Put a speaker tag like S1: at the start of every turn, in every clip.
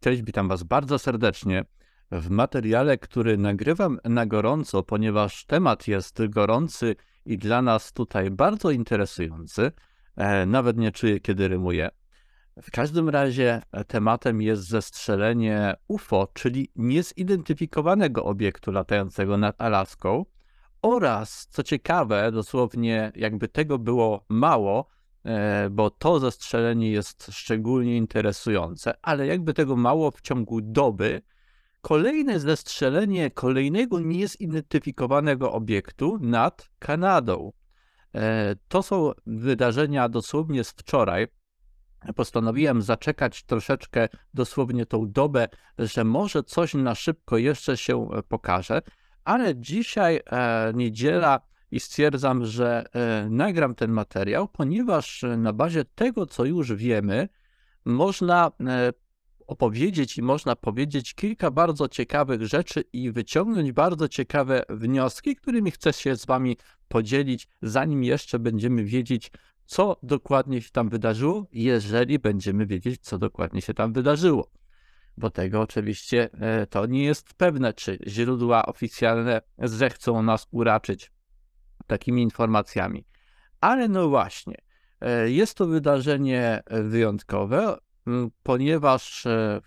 S1: Cześć, witam Was bardzo serdecznie w materiale, który nagrywam na gorąco, ponieważ temat jest gorący i dla nas tutaj bardzo interesujący. Nawet nie czuję, kiedy rymuję. W każdym razie tematem jest zestrzelenie UFO, czyli niezidentyfikowanego obiektu latającego nad Alaską oraz, co ciekawe, dosłownie jakby tego było mało, bo to zestrzelenie jest szczególnie interesujące, ale jakby tego mało, w ciągu doby kolejne zestrzelenie kolejnego niezidentyfikowanego obiektu nad Kanadą. To są wydarzenia dosłownie z wczoraj. Postanowiłem zaczekać troszeczkę, dosłownie tą dobę, że może coś na szybko jeszcze się pokaże, ale dzisiaj niedziela i stwierdzam, że nagram ten materiał, ponieważ na bazie tego, co już wiemy, można opowiedzieć i można powiedzieć kilka bardzo ciekawych rzeczy i wyciągnąć bardzo ciekawe wnioski, którymi chcę się z Wami podzielić, zanim jeszcze będziemy wiedzieć, co dokładnie się tam wydarzyło, jeżeli będziemy wiedzieć, co dokładnie się tam wydarzyło. Bo tego oczywiście to nie jest pewne, czy źródła oficjalne zechcą nas uraczyć takimi informacjami. Ale no właśnie, jest to wyjątkowe, ponieważ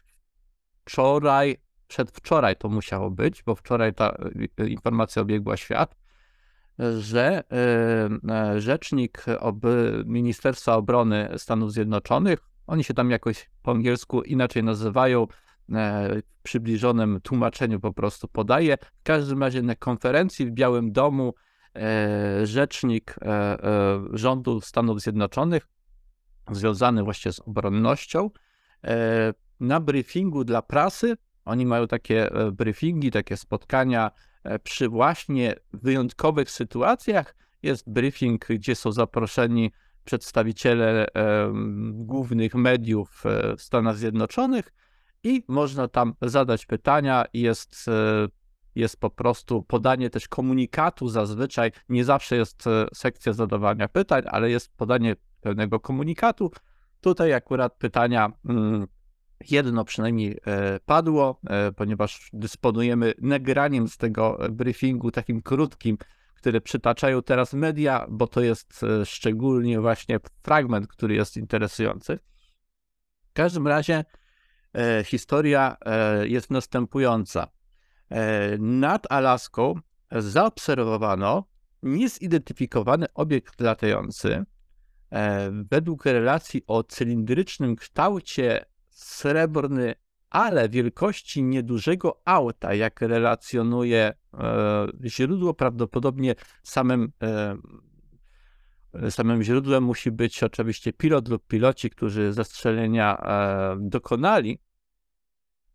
S1: przedwczoraj to musiało być, bo wczoraj ta informacja obiegła świat, że rzecznik Ministerstwa Obrony Stanów Zjednoczonych, oni się tam jakoś po angielsku inaczej nazywają, w przybliżonym tłumaczeniu po prostu podaje. W każdym razie na konferencji w Białym Domu rzecznik rządu Stanów Zjednoczonych, związany właśnie z obronnością, na briefingu dla prasy, oni mają takie briefingi, takie spotkania przy właśnie wyjątkowych sytuacjach. Jest briefing, gdzie są zaproszeni przedstawiciele głównych mediów w Stanach Zjednoczonych i można tam zadać pytania. Jest po prostu podanie też komunikatu zazwyczaj. Nie zawsze jest sekcja zadawania pytań, ale jest podanie pewnego komunikatu. Tutaj akurat pytania jedno przynajmniej padło, ponieważ dysponujemy nagraniem z tego briefingu takim krótkim, które przytaczają teraz media, bo to jest szczególnie właśnie fragment, który jest interesujący. W każdym razie historia jest następująca. Nad Alaską zaobserwowano niezidentyfikowany obiekt latający. Według relacji o cylindrycznym kształcie srebrny, ale wielkości niedużego auta, jak relacjonuje źródło, prawdopodobnie samym źródłem musi być oczywiście pilot lub piloci, którzy zestrzelenia dokonali. W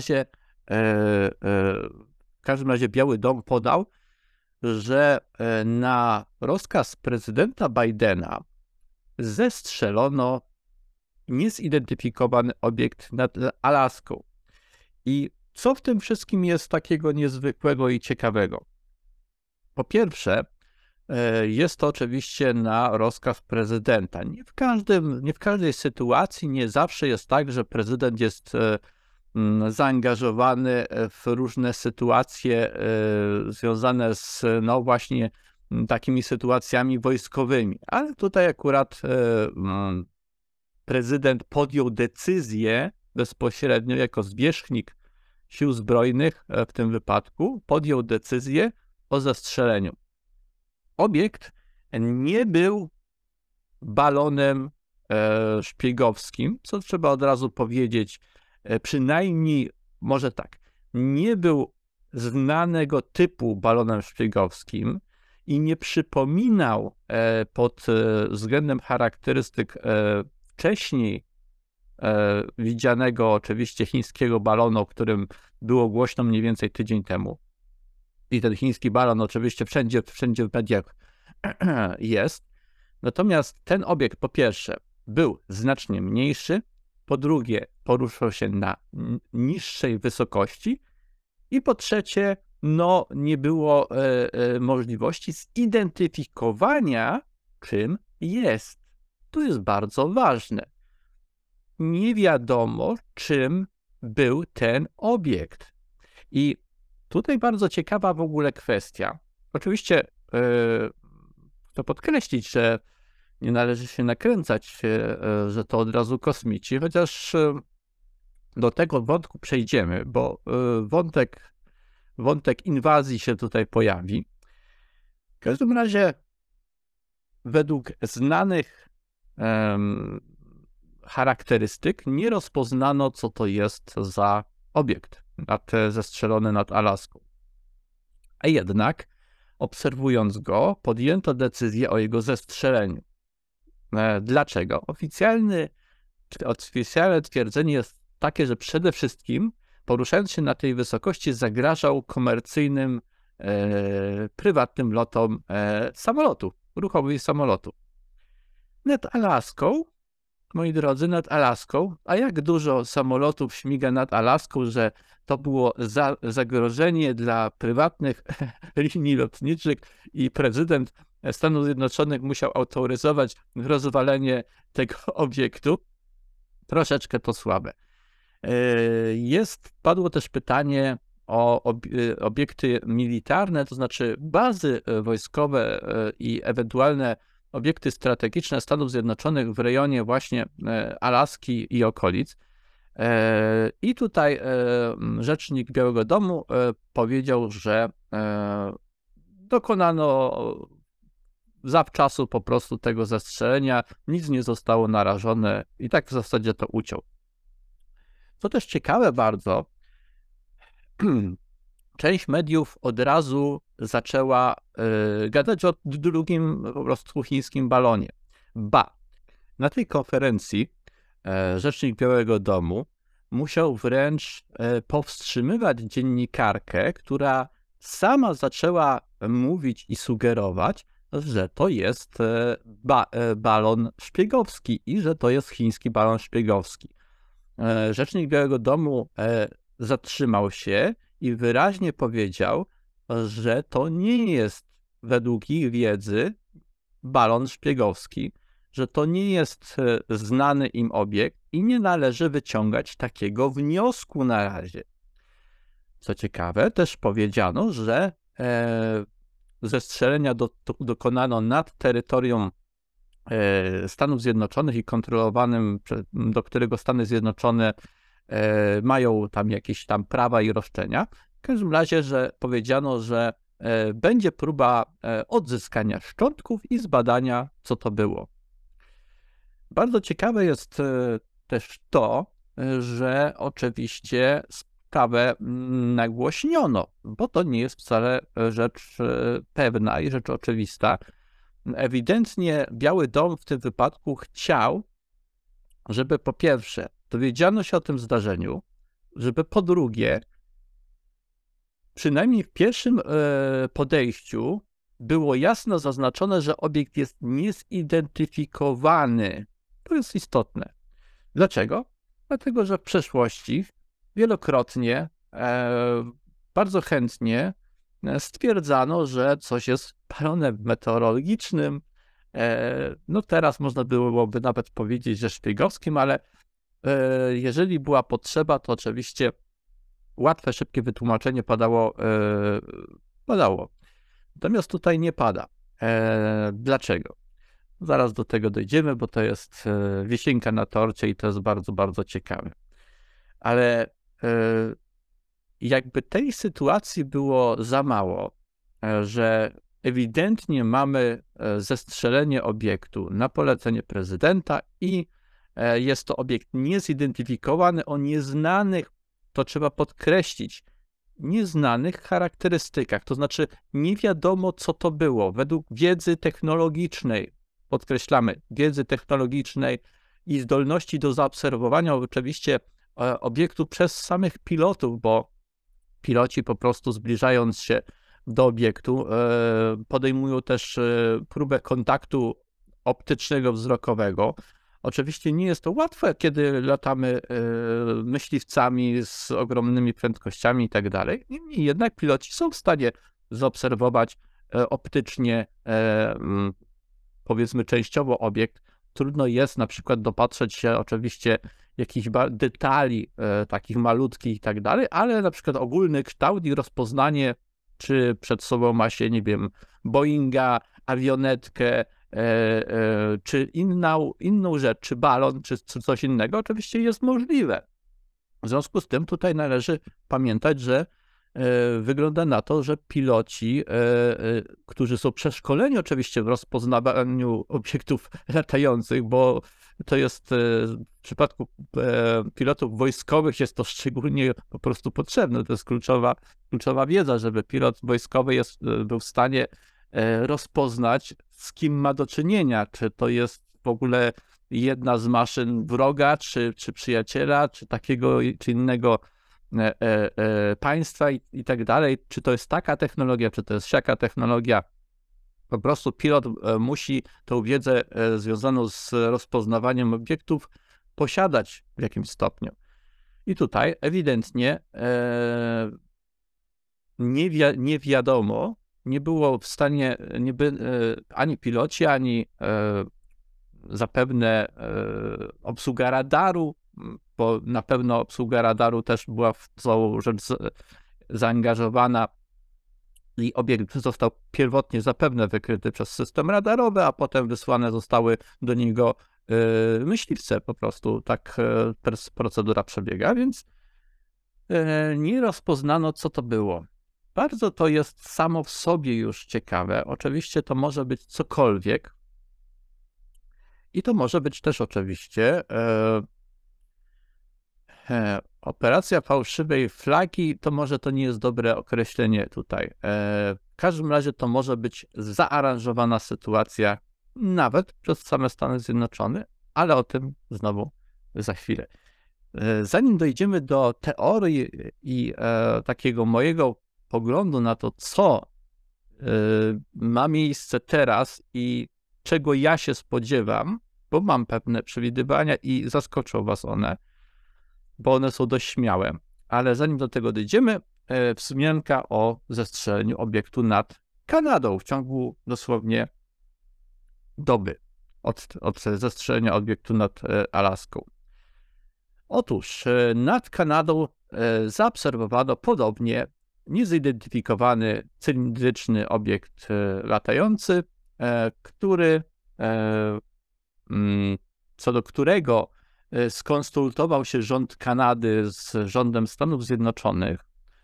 S1: każdym razie Biały Dom podał, że na rozkaz prezydenta Bidena zestrzelono niezidentyfikowany obiekt nad Alaską. I co w tym wszystkim jest takiego niezwykłego i ciekawego? Po pierwsze, jest to oczywiście na rozkaz prezydenta. Nie w każdej sytuacji, nie zawsze jest tak, że prezydent jest zaangażowany w różne sytuacje związane z, no właśnie, takimi sytuacjami wojskowymi. Ale tutaj akurat prezydent podjął decyzję bezpośrednio jako zwierzchnik sił zbrojnych, w tym wypadku, podjął decyzję o zestrzeleniu. Obiekt nie był balonem szpiegowskim, co trzeba od razu powiedzieć, przynajmniej, może tak, nie był znanego typu balonem szpiegowskim i nie przypominał pod względem charakterystyk wcześniej widzianego oczywiście chińskiego balonu, o którym było głośno mniej więcej tydzień temu. I ten chiński balon oczywiście wszędzie w mediach jest. Natomiast ten obiekt po pierwsze był znacznie mniejszy, po drugie poruszał się na niższej wysokości i po trzecie no nie było możliwości zidentyfikowania, czym jest. To jest bardzo ważne. Nie wiadomo, czym był ten obiekt. I tutaj bardzo ciekawa w ogóle kwestia. Oczywiście chcę podkreślić, że nie należy się nakręcać, że to od razu kosmici, chociaż do tego wątku przejdziemy, bo wątek inwazji się tutaj pojawi. W każdym razie według znanych charakterystyk nie rozpoznano, co to jest za obiekt zestrzelony nad Alaską. A jednak, obserwując go, podjęto decyzję o jego zestrzeleniu. Dlaczego? Oficjalne twierdzenie jest takie, że przede wszystkim, poruszając się na tej wysokości, zagrażał komercyjnym, prywatnym lotom samolotu, ruchowi samolotu. Nad Alaską, moi drodzy, nad Alaską, a jak dużo samolotów śmiga nad Alaską, że to było zagrożenie dla prywatnych linii lotniczych i prezydent Stanów Zjednoczonych musiał autoryzować rozwalenie tego obiektu. Troszeczkę to słabe. Padło też pytanie o obiekty militarne, to znaczy bazy wojskowe i ewentualne obiekty strategiczne Stanów Zjednoczonych w rejonie właśnie Alaski i okolic. I tutaj rzecznik Białego Domu powiedział, że dokonano zawczasu po prostu tego zestrzelenia, nic nie zostało narażone i tak w zasadzie to uciął. Co też ciekawe bardzo, część mediów od razu zaczęła gadać o drugim po prostu chińskim balonie. Na tej konferencji rzecznik Białego Domu musiał wręcz powstrzymywać dziennikarkę, która sama zaczęła mówić i sugerować, że to jest balon szpiegowski i że to jest chiński balon szpiegowski. Rzecznik Białego Domu zatrzymał się i wyraźnie powiedział, że to nie jest według ich wiedzy balon szpiegowski, że to nie jest znany im obiekt i nie należy wyciągać takiego wniosku na razie. Co ciekawe, też powiedziano, że zestrzelenia dokonano nad terytorium Stanów Zjednoczonych i kontrolowanym, do którego Stany Zjednoczone mają tam jakieś tam prawa i roszczenia. W każdym razie, że powiedziano, że będzie próba odzyskania szczątków i zbadania, co to było. Bardzo ciekawe jest też to, że oczywiście sprawę nagłośniono, bo to nie jest wcale rzecz pewna i rzecz oczywista. Ewidentnie Biały Dom w tym wypadku chciał, żeby po pierwsze dowiedziano się o tym zdarzeniu, żeby po drugie, przynajmniej w pierwszym podejściu było jasno zaznaczone, że obiekt jest niezidentyfikowany. To jest istotne. Dlaczego? Dlatego, że w przeszłości wielokrotnie, bardzo chętnie stwierdzano, że coś jest balonem meteorologicznym. No teraz można byłoby nawet powiedzieć, że szpiegowskim, ale jeżeli była potrzeba, to oczywiście łatwe, szybkie wytłumaczenie padało. Natomiast tutaj nie pada. Dlaczego? Zaraz do tego dojdziemy, bo to jest wisienka na torcie i to jest bardzo, bardzo ciekawe. Ale jakby tej sytuacji było za mało, że ewidentnie mamy zestrzelenie obiektu na polecenie prezydenta i jest to obiekt niezidentyfikowany o nieznanych, to trzeba podkreślić, nieznanych charakterystykach, to znaczy nie wiadomo, co to było. Według wiedzy technologicznej, podkreślamy, wiedzy technologicznej i zdolności do zaobserwowania oczywiście obiektu przez samych pilotów, bo piloci po prostu zbliżając się do obiektu podejmują też próbę kontaktu optycznego, wzrokowego. Oczywiście nie jest to łatwe, kiedy latamy myśliwcami z ogromnymi prędkościami i tak dalej. Niemniej jednak piloci są w stanie zaobserwować optycznie, powiedzmy częściowo obiekt. Trudno jest na przykład dopatrzeć się oczywiście jakichś detali takich malutkich i tak dalej, ale na przykład ogólny kształt i rozpoznanie, czy przed sobą ma się, nie wiem, Boeinga, awionetkę, czy inną rzecz, czy balon, czy coś innego, oczywiście jest możliwe. W związku z tym tutaj należy pamiętać, że wygląda na to, że piloci, którzy są przeszkoleni oczywiście w rozpoznawaniu obiektów latających, bo to jest w przypadku pilotów wojskowych jest to szczególnie po prostu potrzebne. To jest kluczowa wiedza, żeby pilot wojskowy był w stanie rozpoznać, z kim ma do czynienia, czy to jest w ogóle jedna z maszyn wroga, czy przyjaciela, czy takiego, czy innego państwa i tak dalej, czy to jest taka technologia, czy to jest siaka technologia. Po prostu pilot musi tą wiedzę związaną z rozpoznawaniem obiektów posiadać w jakimś stopniu. I tutaj ewidentnie nie wiadomo, nie było w stanie ani piloci, ani zapewne obsługa radaru, bo na pewno obsługa radaru też była w tą rzecz zaangażowana i obiekt został pierwotnie zapewne wykryty przez system radarowy, a potem wysłane zostały do niego myśliwce, po prostu tak procedura przebiega, więc nie rozpoznano, co to było. Bardzo to jest samo w sobie już ciekawe. Oczywiście to może być cokolwiek i to może być też oczywiście operacja fałszywej flagi, to może to nie jest dobre określenie tutaj. W każdym razie to może być zaaranżowana sytuacja nawet przez same Stany Zjednoczone, ale o tym znowu za chwilę. Zanim dojdziemy do teorii i takiego mojego poglądu na to, co ma miejsce teraz i czego ja się spodziewam, bo mam pewne przewidywania i zaskoczą was one, bo one są dość śmiałe. Ale zanim do tego dojdziemy, wzmianka o zestrzeleniu obiektu nad Kanadą w ciągu dosłownie doby od zestrzelenia obiektu nad Alaską. Otóż nad Kanadą zaobserwowano podobnie niezidentyfikowany cylindryczny obiekt latający, co do którego skonsultował się rząd Kanady z rządem Stanów Zjednoczonych.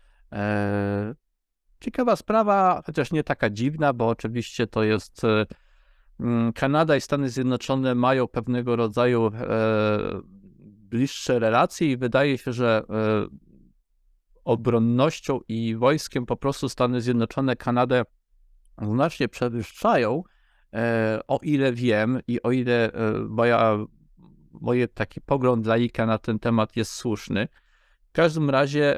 S1: Ciekawa sprawa, chociaż nie taka dziwna, bo oczywiście to jest Kanada i Stany Zjednoczone mają pewnego rodzaju bliższe relacje i wydaje się, że obronnością i wojskiem po prostu Stany Zjednoczone Kanadę znacznie przewyższają, o ile wiem i o ile moje taki pogląd laika na ten temat jest słuszny. W każdym razie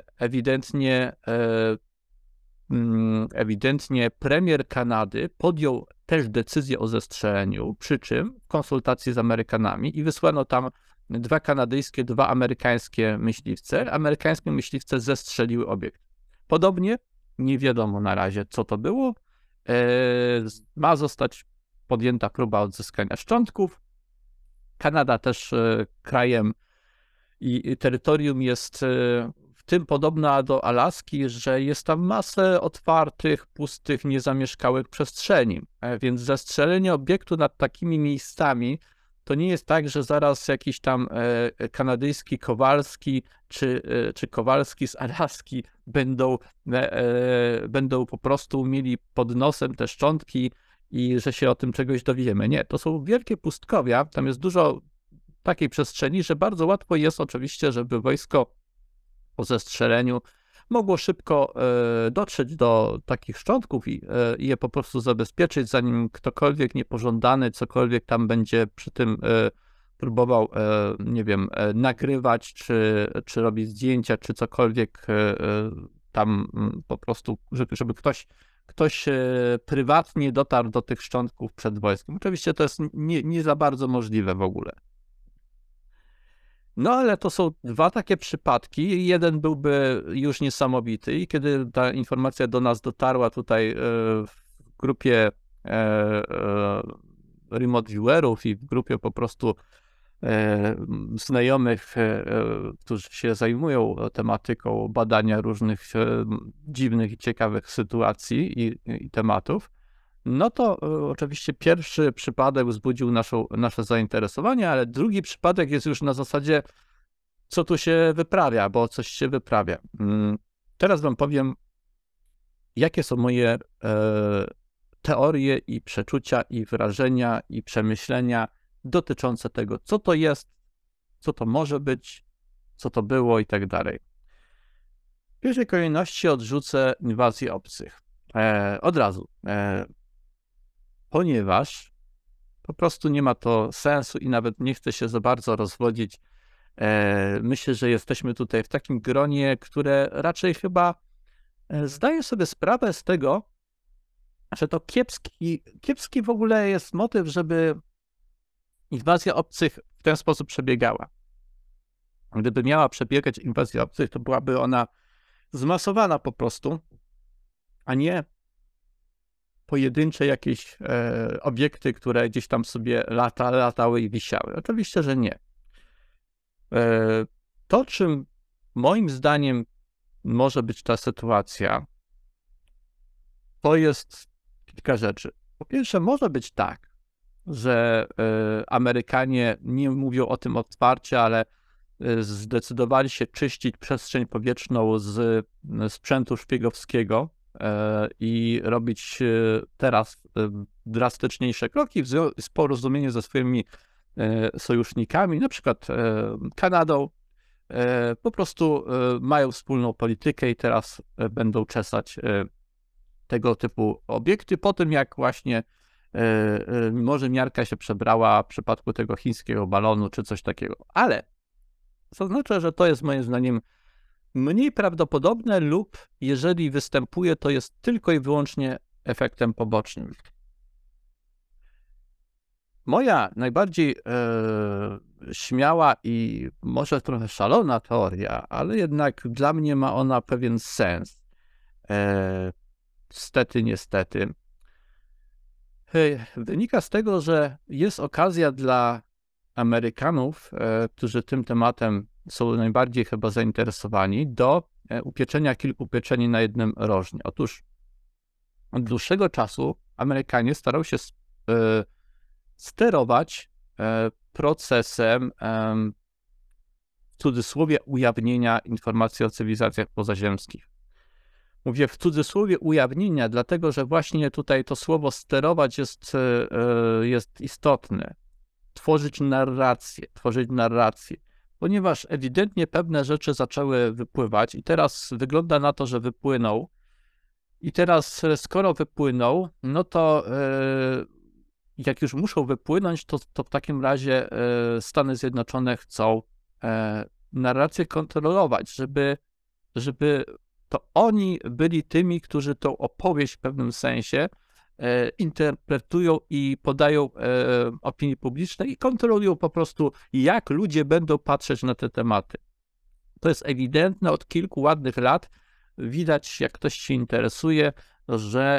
S1: ewidentnie premier Kanady podjął też decyzję o zestrzeleniu, przy czym w konsultacji z Amerykanami i wysłano tam 2 kanadyjskie, 2 amerykańskie myśliwce. Amerykańskie myśliwce zestrzeliły obiekt. Podobnie, nie wiadomo na razie, co to było. Ma zostać podjęta próba odzyskania szczątków. Kanada też krajem i terytorium jest w tym podobna do Alaski, że jest tam masę otwartych, pustych, niezamieszkałych przestrzeni. Więc zestrzelenie obiektu nad takimi miejscami to nie jest tak, że zaraz jakiś tam kanadyjski Kowalski czy Kowalski z Alaski będą po prostu mieli pod nosem te szczątki i że się o tym czegoś dowiemy. Nie, to są wielkie pustkowia, tam jest dużo takiej przestrzeni, że bardzo łatwo jest oczywiście, żeby wojsko po zestrzeleniu mogło szybko dotrzeć do takich szczątków i je po prostu zabezpieczyć, zanim ktokolwiek niepożądany cokolwiek tam będzie przy tym próbował, nie wiem, nagrywać, czy robić zdjęcia, czy cokolwiek tam po prostu, żeby ktoś prywatnie dotarł do tych szczątków przed wojskiem. Oczywiście to jest nie za bardzo możliwe w ogóle. No ale to są 2 takie przypadki. Jeden byłby już niesamowity i kiedy ta informacja do nas dotarła tutaj w grupie remote viewerów i w grupie po prostu znajomych, którzy się zajmują tematyką badania różnych dziwnych i ciekawych sytuacji i tematów, no to oczywiście pierwszy przypadek wzbudził nasze zainteresowanie, ale drugi przypadek jest już na zasadzie, co tu się wyprawia, bo coś się wyprawia. Teraz wam powiem, jakie są moje teorie i przeczucia i wrażenia i przemyślenia dotyczące tego, co to jest, co to może być, co to było i tak dalej. W pierwszej kolejności odrzucę inwazję obcych. Od razu. Ponieważ po prostu nie ma to sensu i nawet nie chcę się za bardzo rozwodzić. Myślę, że jesteśmy tutaj w takim gronie, które raczej chyba zdaje sobie sprawę z tego, że to kiepski w ogóle jest motyw, żeby inwazja obcych w ten sposób przebiegała. Gdyby miała przebiegać inwazja obcych, to byłaby ona zmasowana po prostu, a nie pojedyncze jakieś obiekty, które gdzieś tam sobie latały i wisiały. Oczywiście, że nie. To, czym moim zdaniem może być ta sytuacja, to jest kilka rzeczy. Po pierwsze, może być tak, że Amerykanie nie mówią o tym otwarcie, ale zdecydowali się czyścić przestrzeń powietrzną z sprzętu szpiegowskiego i robić teraz drastyczniejsze kroki w porozumieniu ze swoimi sojusznikami, na przykład Kanadą. Po prostu mają wspólną politykę i teraz będą czesać tego typu obiekty po tym, jak właśnie może miarka się przebrała w przypadku tego chińskiego balonu czy coś takiego. Ale zaznaczę, że to jest moim zdaniem mniej prawdopodobne lub jeżeli występuje, to jest tylko i wyłącznie efektem pobocznym. Moja najbardziej śmiała i może trochę szalona teoria, ale jednak dla mnie ma ona pewien sens. Niestety. Wynika z tego, że jest okazja dla Amerykanów, którzy tym tematem są najbardziej chyba zainteresowani, do upieczenia kilku pieczeni na jednym rożnie. Otóż od dłuższego czasu Amerykanie starają się sterować procesem w cudzysłowie ujawnienia informacji o cywilizacjach pozaziemskich. Mówię w cudzysłowie ujawnienia, dlatego że właśnie tutaj to słowo sterować jest istotne. Tworzyć narrację, ponieważ ewidentnie pewne rzeczy zaczęły wypływać i teraz wygląda na to, że wypłyną. I teraz skoro wypłyną, no to jak już muszą wypłynąć, to w takim razie Stany Zjednoczone chcą narrację kontrolować, żeby to oni byli tymi, którzy tą opowieść w pewnym sensie interpretują i podają opinii publicznej i kontrolują po prostu, jak ludzie będą patrzeć na te tematy. To jest ewidentne od kilku ładnych lat. Widać, jak ktoś się interesuje, że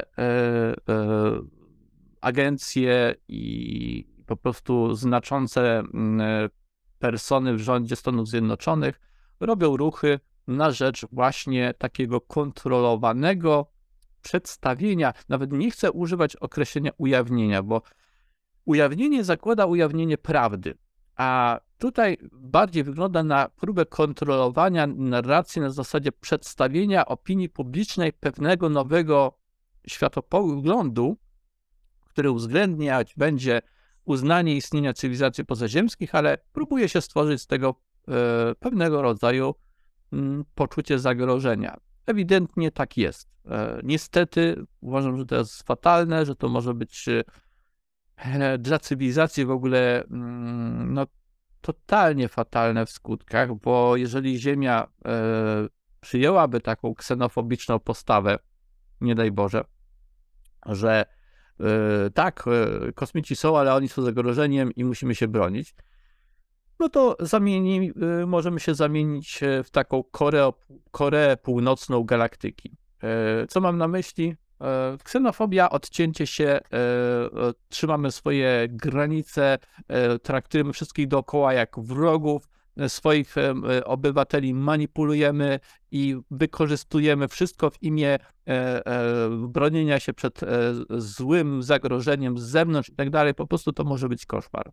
S1: agencje i po prostu znaczące persony w rządzie Stanów Zjednoczonych robią ruchy na rzecz właśnie takiego kontrolowanego przedstawienia. Nawet nie chcę używać określenia ujawnienia, bo ujawnienie zakłada ujawnienie prawdy, a tutaj bardziej wygląda na próbę kontrolowania narracji na zasadzie przedstawienia opinii publicznej pewnego nowego światopoglądu, który uwzględniać będzie uznanie istnienia cywilizacji pozaziemskich, ale próbuje się stworzyć z tego pewnego rodzaju poczucie zagrożenia. Ewidentnie tak jest. Niestety uważam, że to jest fatalne, że to może być dla cywilizacji w ogóle no, totalnie fatalne w skutkach, bo jeżeli Ziemia przyjęłaby taką ksenofobiczną postawę, nie daj Boże, że tak, kosmici są, ale oni są zagrożeniem i musimy się bronić, no to możemy się zamienić w taką Koreę Północną galaktyki. Co mam na myśli? Ksenofobia, odcięcie się, trzymamy swoje granice, traktujemy wszystkich dookoła jak wrogów, swoich obywateli manipulujemy i wykorzystujemy wszystko w imię bronienia się przed złym zagrożeniem z zewnątrz i tak dalej. Po prostu to może być koszmar.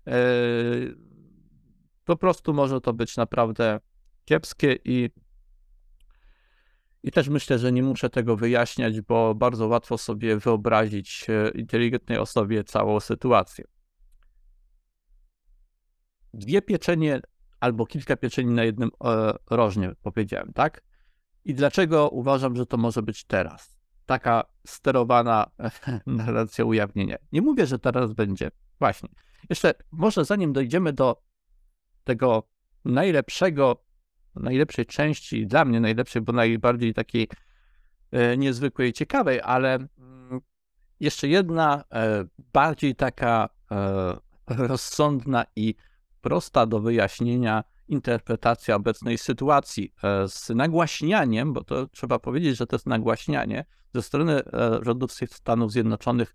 S1: Po prostu może to być naprawdę kiepskie i też myślę, że nie muszę tego wyjaśniać, bo bardzo łatwo sobie wyobrazić inteligentnej osobie całą sytuację. 2 pieczenie albo kilka pieczeni na jednym rożnie, powiedziałem, tak? I dlaczego uważam, że to może być teraz? Taka sterowana narracja ujawnienia. Nie mówię, że teraz będzie. Właśnie. Jeszcze może zanim dojdziemy do tego najlepszej części, dla mnie najlepszej, bo najbardziej takiej niezwykłej i ciekawej, ale jeszcze jedna bardziej taka rozsądna i prosta do wyjaśnienia interpretacja obecnej sytuacji z nagłaśnianiem, bo to trzeba powiedzieć, że to jest nagłaśnianie ze strony rządów Stanów Zjednoczonych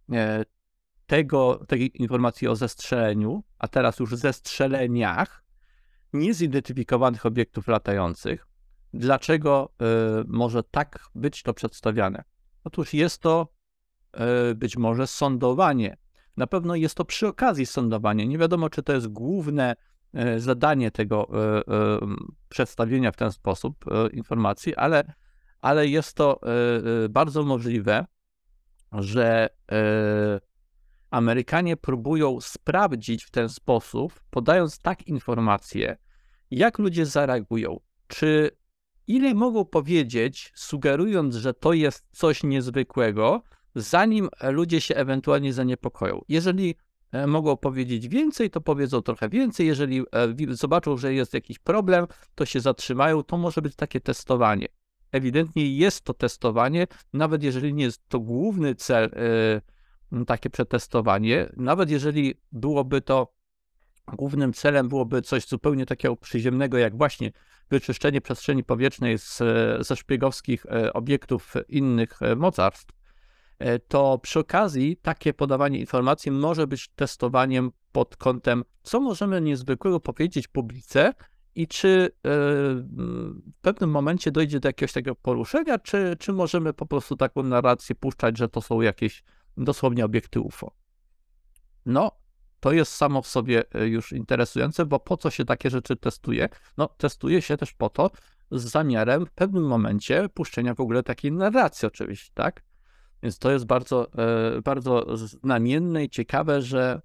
S1: tej informacji o zestrzeleniu, a teraz już zestrzeleniach niezidentyfikowanych obiektów latających. Dlaczego może tak być to przedstawiane? Otóż jest to być może sądowanie. Na pewno jest to przy okazji sądowanie. Nie wiadomo, czy to jest główne zadanie tego przedstawienia w ten sposób informacji, ale jest to bardzo możliwe, że Amerykanie próbują sprawdzić w ten sposób, podając tak informacje, jak ludzie zareagują. Ile mogą powiedzieć, sugerując, że to jest coś niezwykłego, zanim ludzie się ewentualnie zaniepokoją. Jeżeli mogą powiedzieć więcej, to powiedzą trochę więcej. Jeżeli zobaczą, że jest jakiś problem, to się zatrzymają. To może być takie testowanie. Ewidentnie jest to testowanie, nawet jeżeli nie jest to główny cel, takie przetestowanie, nawet jeżeli byłoby to głównym celem byłoby coś zupełnie takiego przyziemnego, jak właśnie wyczyszczenie przestrzeni powietrznej ze szpiegowskich obiektów innych mocarstw, to przy okazji takie podawanie informacji może być testowaniem pod kątem, co możemy niezwykłego powiedzieć publice i czy w pewnym momencie dojdzie do jakiegoś takiego poruszenia, czy możemy po prostu taką narrację puszczać, że to są jakieś dosłownie obiekty UFO. No, to jest samo w sobie już interesujące, bo po co się takie rzeczy testuje? No, testuje się też po to z zamiarem w pewnym momencie puszczenia w ogóle takiej narracji oczywiście, tak? Więc to jest bardzo, bardzo znamienne i ciekawe, że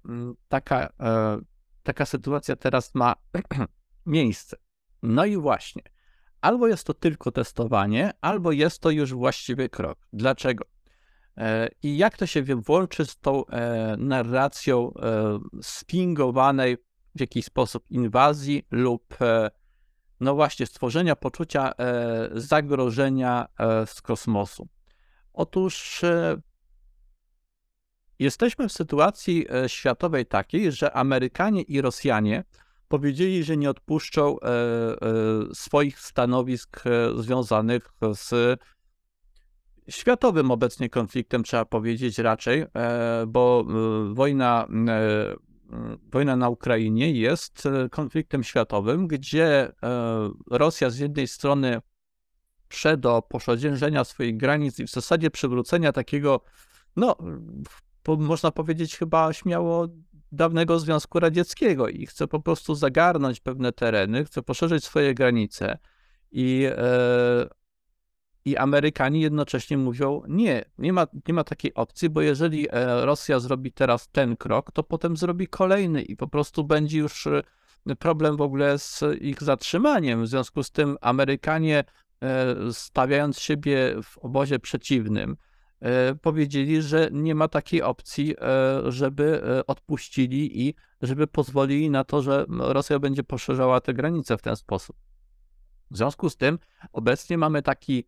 S1: taka sytuacja teraz ma miejsce. No i właśnie, albo jest to tylko testowanie, albo jest to już właściwy krok. Dlaczego? I jak to się włączy z tą narracją sfingowanej w jakiś sposób inwazji lub no właśnie stworzenia poczucia zagrożenia z kosmosu. Otóż jesteśmy w sytuacji światowej takiej, że Amerykanie i Rosjanie powiedzieli, że nie odpuszczą swoich stanowisk związanych z światowym obecnie konfliktem, trzeba powiedzieć raczej, bo wojna na Ukrainie jest konfliktem światowym, gdzie Rosja z jednej strony do poszerzenia swoich granic i w zasadzie przywrócenia takiego, no, można powiedzieć chyba śmiało dawnego Związku Radzieckiego i chce po prostu zagarnąć pewne tereny, chce poszerzyć swoje granice i Amerykanie jednocześnie mówią, nie ma takiej opcji, bo jeżeli Rosja zrobi teraz ten krok, to potem zrobi kolejny i po prostu będzie już problem w ogóle z ich zatrzymaniem. W związku z tym Amerykanie, stawiając siebie w obozie przeciwnym, powiedzieli, że nie ma takiej opcji, żeby odpuścili i żeby pozwolili na to, że Rosja będzie poszerzała te granice w ten sposób. W związku z tym obecnie mamy taki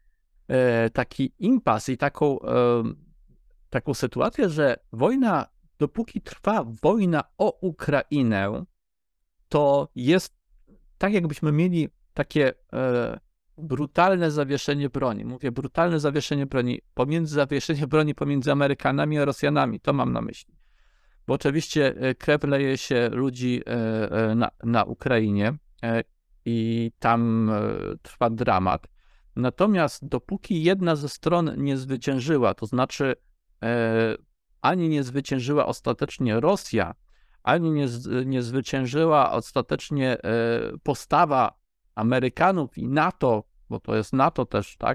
S1: impas i taką sytuację, że wojna, dopóki trwa wojna o Ukrainę, to jest tak, jakbyśmy mieli takie brutalne zawieszenie broni. Mówię brutalne zawieszenie broni, zawieszenie broni pomiędzy Amerykanami a Rosjanami. To mam na myśli. Bo oczywiście krew leje się ludzi na Ukrainie i tam trwa dramat. Natomiast dopóki jedna ze stron nie zwyciężyła, to znaczy ani nie zwyciężyła ostatecznie Rosja, ani nie zwyciężyła ostatecznie postawa Amerykanów i NATO, bo to jest NATO też, tak,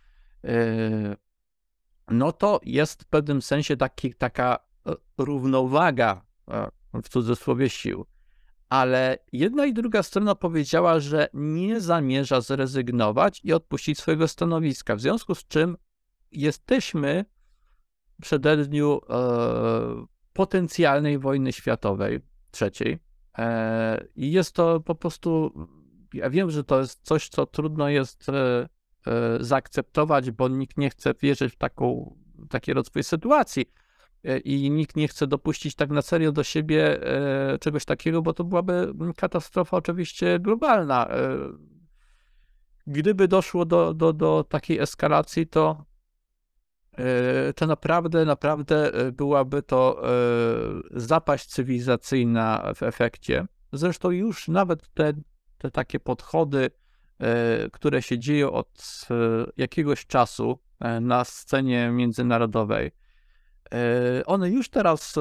S1: no to jest w pewnym sensie taka równowaga, w cudzysłowie, sił. Ale jedna i druga strona powiedziała, że nie zamierza zrezygnować i odpuścić swojego stanowiska, w związku z czym jesteśmy w przededniu potencjalnej wojny światowej, trzeciej. I jest to po prostu, ja wiem, że to jest coś, co trudno jest zaakceptować, bo nikt nie chce wierzyć w taki rozwój sytuacji i nikt nie chce dopuścić tak na serio do siebie czegoś takiego, bo to byłaby katastrofa oczywiście globalna. Gdyby doszło do takiej eskalacji, to naprawdę byłaby to zapaść cywilizacyjna w efekcie. Zresztą już nawet te takie podchody, które się dzieją od jakiegoś czasu na scenie międzynarodowej, one już teraz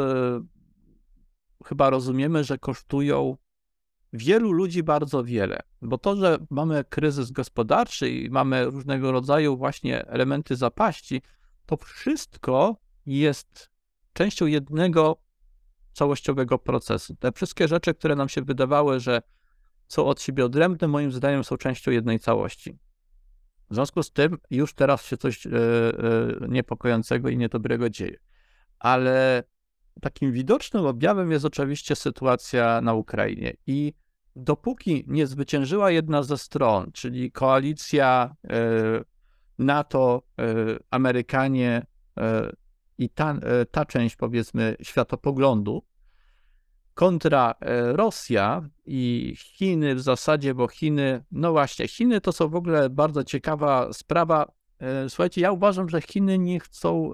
S1: chyba rozumiemy, że kosztują wielu ludzi bardzo wiele, bo to, że mamy kryzys gospodarczy i mamy różnego rodzaju właśnie elementy zapaści, to wszystko jest częścią jednego całościowego procesu. Te wszystkie rzeczy, które nam się wydawały, że są od siebie odrębne, moim zdaniem są częścią jednej całości. W związku z tym już teraz się coś niepokojącego i niedobrego dzieje. Ale takim widocznym objawem jest oczywiście sytuacja na Ukrainie i dopóki nie zwyciężyła jedna ze stron, czyli koalicja NATO, Amerykanie i ta część, powiedzmy, światopoglądu kontra Rosja i Chiny w zasadzie, bo Chiny, no właśnie, Chiny to są w ogóle bardzo ciekawa sprawa. Słuchajcie, ja uważam, że Chiny nie chcą,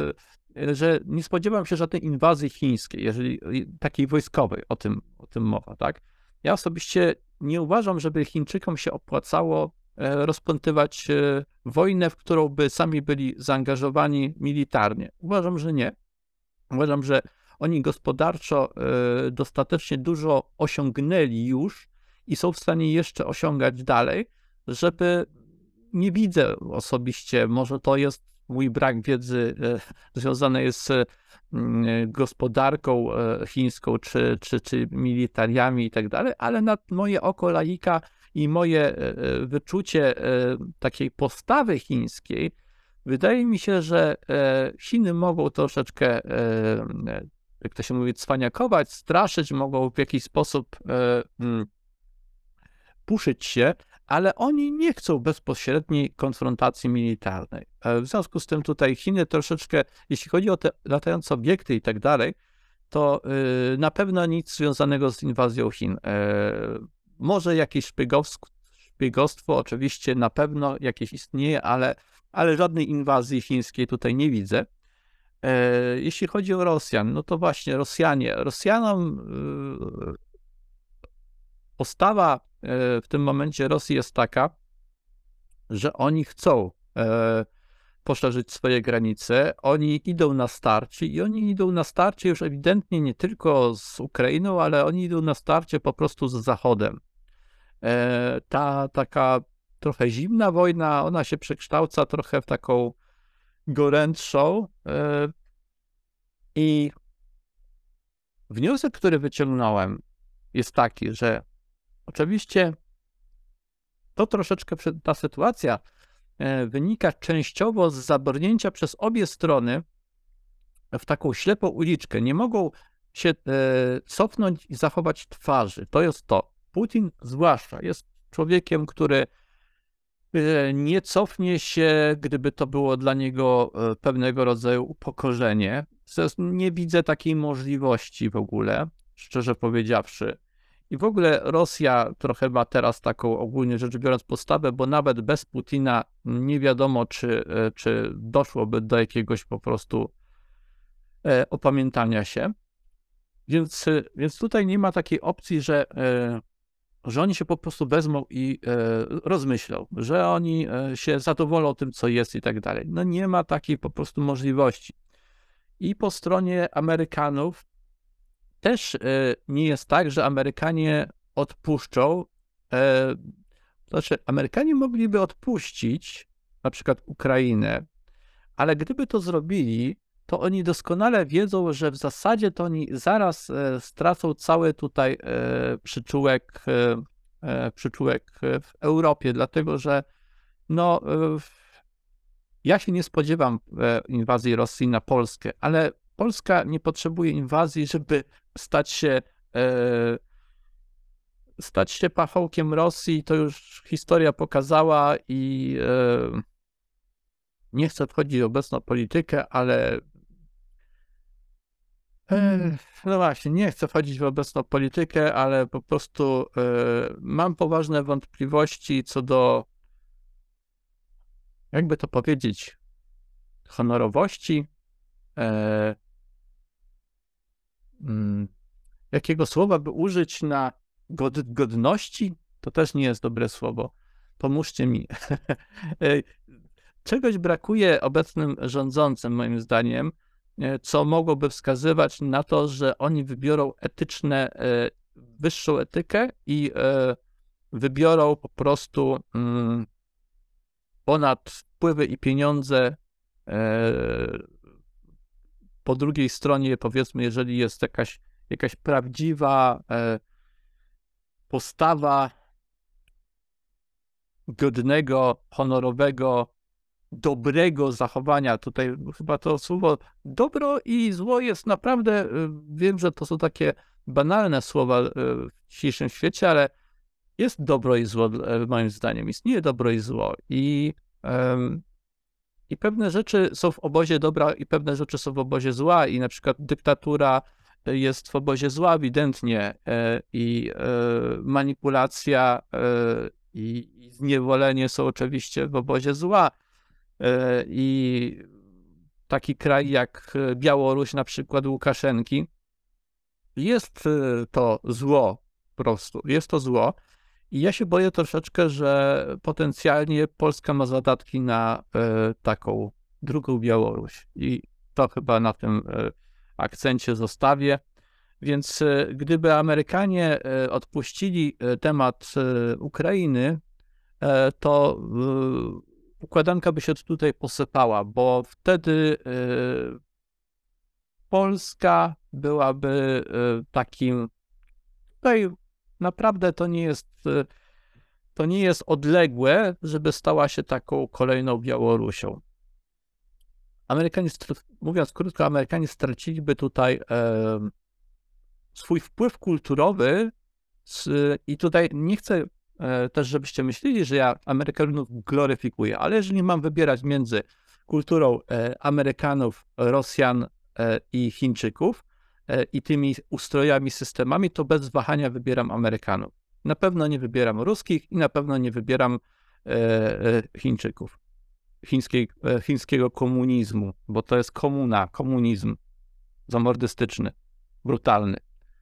S1: że nie spodziewam się żadnej inwazji chińskiej, jeżeli takiej wojskowej, o tym mowa, tak? Ja osobiście nie uważam, żeby Chińczykom się opłacało rozpętywać wojnę, w którą by sami byli zaangażowani militarnie. Uważam, że nie. Uważam, że oni gospodarczo dostatecznie dużo osiągnęli już i są w stanie jeszcze osiągać dalej, żeby nie widzę osobiście, może to jest mój brak wiedzy związany z gospodarką chińską czy militariami i tak dalej, ale na moje oko laika i moje wyczucie takiej postawy chińskiej, wydaje mi się, że Chiny mogą troszeczkę, jak to się mówi, cwaniakować, straszyć, mogą w jakiś sposób puszyć się, ale oni nie chcą bezpośredniej konfrontacji militarnej. W związku z tym tutaj Chiny troszeczkę, jeśli chodzi o te latające obiekty i tak dalej, to na pewno nic związanego z inwazją Chin. Może jakieś szpiegostwo oczywiście na pewno jakieś istnieje, ale żadnej inwazji chińskiej tutaj nie widzę. Jeśli chodzi o Rosjan, no to właśnie Rosjanom postawa w tym momencie Rosji jest taka, że oni chcą poszerzyć swoje granice, oni idą na starcie i oni idą na starcie już ewidentnie nie tylko z Ukrainą, ale oni idą na starcie po prostu z Zachodem. Ta taka trochę zimna wojna, ona się przekształca trochę w taką gorętszą i wniosek, który wyciągnąłem, jest taki, że oczywiście to troszeczkę ta sytuacja wynika częściowo z zabrnięcia przez obie strony w taką ślepą uliczkę. Nie mogą się cofnąć i zachować twarzy. To jest to. Putin zwłaszcza jest człowiekiem, który nie cofnie się, gdyby to było dla niego pewnego rodzaju upokorzenie. Nie widzę takiej możliwości w ogóle, szczerze powiedziawszy. I w ogóle Rosja trochę ma teraz taką ogólnie rzecz biorąc postawę, bo nawet bez Putina nie wiadomo, czy doszłoby do jakiegoś po prostu opamiętania się. Więc tutaj nie ma takiej opcji, że oni się po prostu wezmą i rozmyślą, że oni się zadowolą tym, co jest i tak dalej. No nie ma takiej po prostu możliwości. I po stronie Amerykanów też nie jest tak, że Amerykanie odpuszczą. Znaczy, Amerykanie mogliby odpuścić na przykład Ukrainę, ale gdyby to zrobili, to oni doskonale wiedzą, że w zasadzie to oni zaraz stracą cały tutaj przyczółek w Europie, dlatego że no, ja się nie spodziewam inwazji Rosji na Polskę, ale Polska nie potrzebuje inwazji, żeby stać się pachołkiem Rosji. To już historia pokazała i nie chcę wchodzić w obecną politykę, ale no właśnie, nie chcę wchodzić w obecną politykę, ale po prostu mam poważne wątpliwości co do, jakby to powiedzieć, honorowości, jakiego słowa by użyć na godności, to też nie jest dobre słowo. Pomóżcie mi. Czegoś brakuje obecnym rządzącym, moim zdaniem, co mogłoby wskazywać na to, że oni wybiorą wyższą etykę i wybiorą po prostu ponad wpływy i pieniądze po drugiej stronie, powiedzmy, jeżeli jest jakaś prawdziwa postawa godnego, honorowego, dobrego zachowania. Tutaj chyba to słowo dobro i zło jest naprawdę, wiem, że to są takie banalne słowa w dzisiejszym świecie, ale jest dobro i zło, moim zdaniem. Istnieje dobro i zło. I pewne rzeczy są w obozie dobra i pewne rzeczy są w obozie zła i na przykład dyktatura jest w obozie zła ewidentnie i manipulacja i zniewolenie są oczywiście w obozie zła. I taki kraj jak Białoruś, na przykład Łukaszenki, jest to zło po prostu, jest to zło. I ja się boję troszeczkę, że potencjalnie Polska ma zadatki na taką drugą Białoruś. I to chyba na tym akcencie zostawię. Więc gdyby Amerykanie odpuścili temat Ukrainy, to układanka by się tutaj posypała, bo wtedy Polska byłaby takim, tutaj naprawdę to nie jest odległe, żeby stała się taką kolejną Białorusią. Mówiąc krótko, Amerykanie straciliby tutaj swój wpływ kulturowy i tutaj nie chcę też, żebyście myśleli, że ja Amerykanów gloryfikuję, ale jeżeli mam wybierać między kulturą Amerykanów, Rosjan i Chińczyków i tymi ustrojami, systemami, to bez wahania wybieram Amerykanów. Na pewno nie wybieram ruskich i na pewno nie wybieram Chińczyków, chińskiego komunizmu, bo to jest komunizm zamordystyczny, brutalny.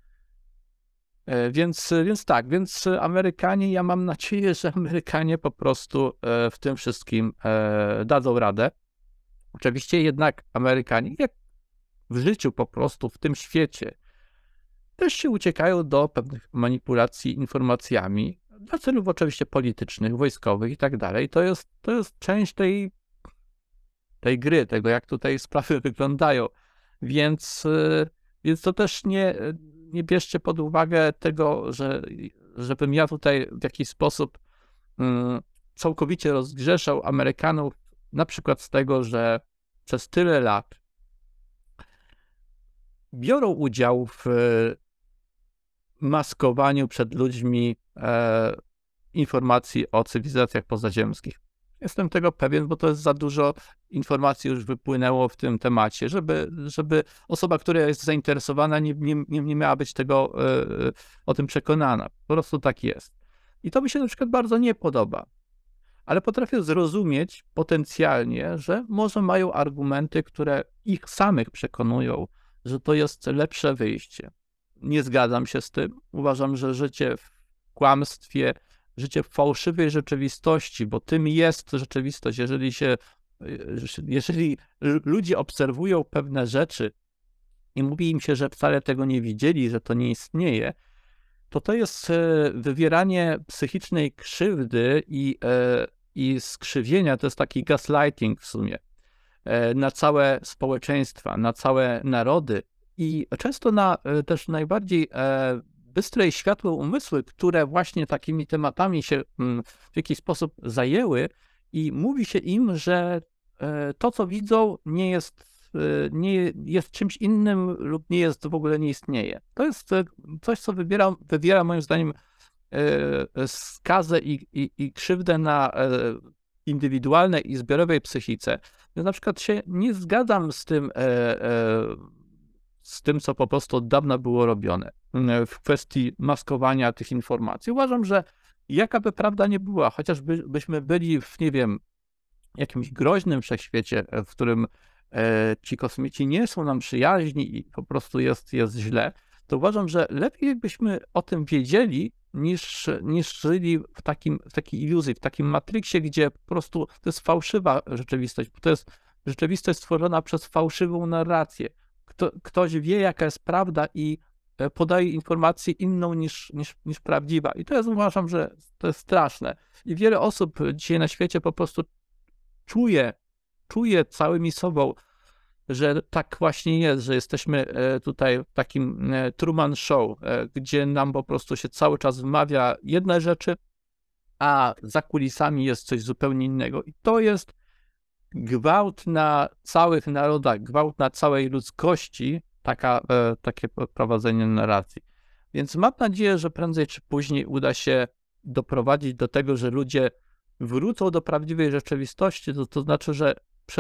S1: Więc Amerykanie, ja mam nadzieję, że Amerykanie po prostu w tym wszystkim dadzą radę. Oczywiście jednak Amerykanie, jak w życiu po prostu, w tym świecie, też się uciekają do pewnych manipulacji informacjami, dla celów oczywiście politycznych, wojskowych i tak dalej. To jest część tej gry, tego jak tutaj sprawy wyglądają. Więc to też nie bierzcie pod uwagę tego, żebym ja tutaj w jakiś sposób całkowicie rozgrzeszał Amerykanów, na przykład z tego, że przez tyle lat biorą udział w maskowaniu przed ludźmi informacji o cywilizacjach pozaziemskich. Jestem tego pewien, bo to jest za dużo informacji już wypłynęło w tym temacie, żeby osoba, która jest zainteresowana, nie miała być o tym przekonana. Po prostu tak jest. I to mi się na przykład bardzo nie podoba. Ale potrafię zrozumieć potencjalnie, że może mają argumenty, które ich samych przekonują, że to jest lepsze wyjście. Nie zgadzam się z tym. Uważam, że życie w kłamstwie, życie w fałszywej rzeczywistości, bo tym jest rzeczywistość. Jeżeli ludzie obserwują pewne rzeczy i mówi im się, że wcale tego nie widzieli, że to nie istnieje, to jest wywieranie psychicznej krzywdy i skrzywienia, to jest taki gaslighting w sumie, na całe społeczeństwa, na całe narody i często na też najbardziej bystre i światłe umysły, które właśnie takimi tematami się w jakiś sposób zajęły i mówi się im, że to, co widzą, nie jest czymś innym lub w ogóle nie istnieje. To jest coś, co wywiera moim zdaniem skazę i krzywdę na indywidualnej i zbiorowej psychice. Ja na przykład się nie zgadzam z tym, co po prostu od dawna było robione w kwestii maskowania tych informacji. Uważam, że jaka by prawda nie była, chociażbyśmy byli w, nie wiem, jakimś groźnym wszechświecie, w którym ci kosmici nie są nam przyjaźni i po prostu jest źle, to uważam, że lepiej jakbyśmy o tym wiedzieli, niż żyli w takiej iluzji, w takim matriksie, gdzie po prostu to jest fałszywa rzeczywistość, bo to jest rzeczywistość stworzona przez fałszywą narrację. Ktoś wie, jaka jest prawda i podaje informację inną niż prawdziwa. I to jest, uważam, że to jest straszne. I wiele osób dzisiaj na świecie po prostu czuje całymi sobą, że tak właśnie jest, że jesteśmy tutaj w takim Truman Show, gdzie nam po prostu się cały czas wmawia jedne rzeczy, a za kulisami jest coś zupełnie innego. I to jest gwałt na całych narodach, gwałt na całej ludzkości, takie prowadzenie narracji. Więc mam nadzieję, że prędzej czy później uda się doprowadzić do tego, że ludzie wrócą do prawdziwej rzeczywistości, to znaczy, że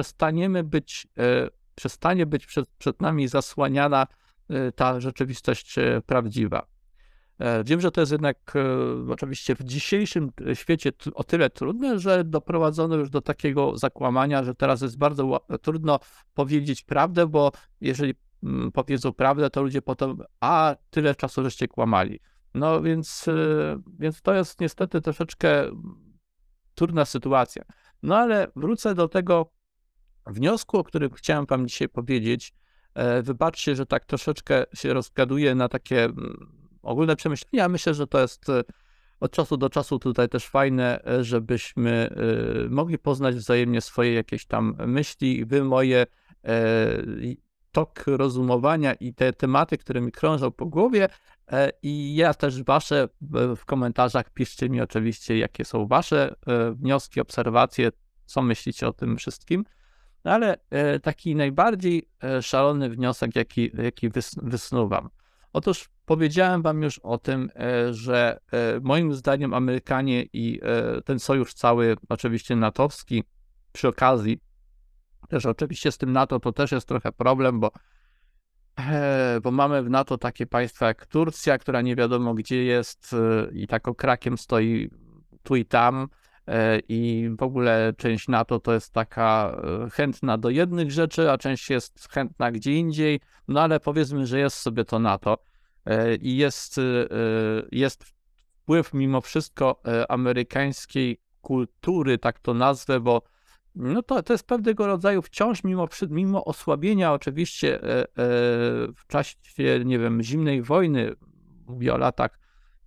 S1: przestanie być przed nami zasłaniana ta rzeczywistość prawdziwa. Wiem, że to jest jednak oczywiście w dzisiejszym świecie o tyle trudne, że doprowadzono już do takiego zakłamania, że teraz jest bardzo trudno powiedzieć prawdę, bo jeżeli powiedzą prawdę, to ludzie potem, tyle czasu żeście kłamali. No więc to jest niestety troszeczkę trudna sytuacja. No ale wrócę do tego wniosku, o którym chciałem wam dzisiaj powiedzieć. Wybaczcie, że tak troszeczkę się rozgaduję na takie ogólne przemyślenia. Myślę, że to jest od czasu do czasu tutaj też fajne, żebyśmy mogli poznać wzajemnie swoje jakieś tam myśli, wy moje, tok rozumowania i te tematy, które mi krążą po głowie, i ja też wasze w komentarzach. Piszcie mi oczywiście, jakie są wasze wnioski, obserwacje, co myślicie o tym wszystkim. No ale taki najbardziej szalony wniosek, jaki wysnuwam. Otóż powiedziałem wam już o tym, że moim zdaniem Amerykanie i ten sojusz cały, oczywiście natowski, przy okazji, też oczywiście z tym NATO to też jest trochę problem, bo mamy w NATO takie państwa jak Turcja, która nie wiadomo gdzie jest i tak okrakiem stoi tu i tam. I w ogóle część NATO to jest taka chętna do jednych rzeczy, a część jest chętna gdzie indziej, no ale powiedzmy, że jest sobie to NATO i jest wpływ mimo wszystko amerykańskiej kultury, tak to nazwę, bo no to jest pewnego rodzaju wciąż, mimo osłabienia oczywiście w czasie, nie wiem, zimnej wojny, mówię o latach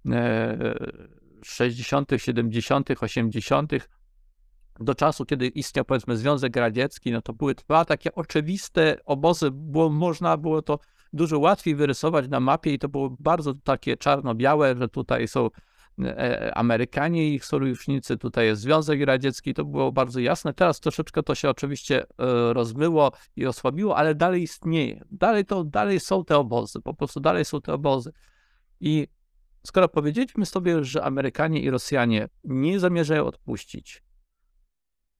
S1: 60., 70., 80., do czasu, kiedy istniał, powiedzmy, Związek Radziecki, no to były dwa takie oczywiste obozy, można było to dużo łatwiej wyrysować na mapie i to było bardzo takie czarno-białe, że tutaj są Amerykanie i ich sojusznicy, tutaj jest Związek Radziecki, to było bardzo jasne. Teraz troszeczkę to się oczywiście rozmyło i osłabiło, ale dalej istnieje. Dalej są te obozy, po prostu dalej są te obozy. I skoro powiedzieliśmy sobie, że Amerykanie i Rosjanie nie zamierzają odpuścić,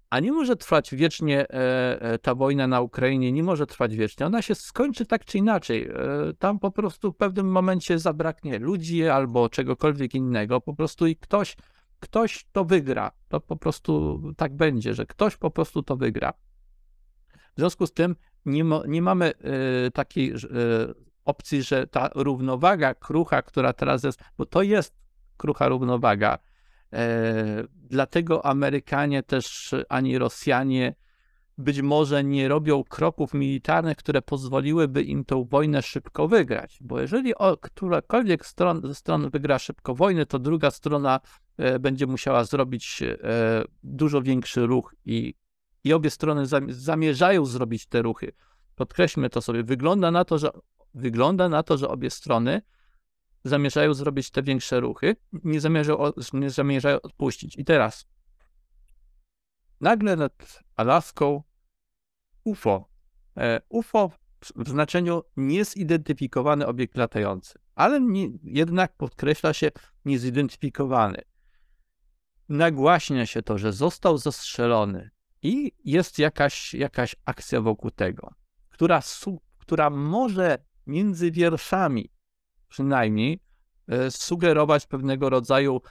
S1: A nie może trwać wiecznie ta wojna na Ukrainie, nie może trwać wiecznie. Ona się skończy tak czy inaczej. Tam po prostu w pewnym momencie zabraknie ludzi albo czegokolwiek innego. Po prostu i ktoś to wygra. To po prostu tak będzie, że ktoś po prostu to wygra. W związku z tym nie mamy takiej opcji, że ta równowaga krucha, która teraz jest, bo to jest krucha równowaga, dlatego Amerykanie też ani Rosjanie być może nie robią kroków militarnych, które pozwoliłyby im tę wojnę szybko wygrać, bo jeżeli którakolwiek ze stron wygra szybko wojnę, to druga strona będzie musiała zrobić dużo większy ruch i obie strony zamierzają zrobić te ruchy. Podkreślmy to sobie. Wygląda na to, że obie strony zamierzają zrobić te większe ruchy, nie zamierzają odpuścić. I teraz nagle nad Alaską UFO. UFO w znaczeniu niezidentyfikowany obiekt latający, ale jednak podkreśla się niezidentyfikowany. Nagłaśnia się to, że został zastrzelony i jest jakaś akcja wokół tego, która może między wierszami przynajmniej sugerować pewnego rodzaju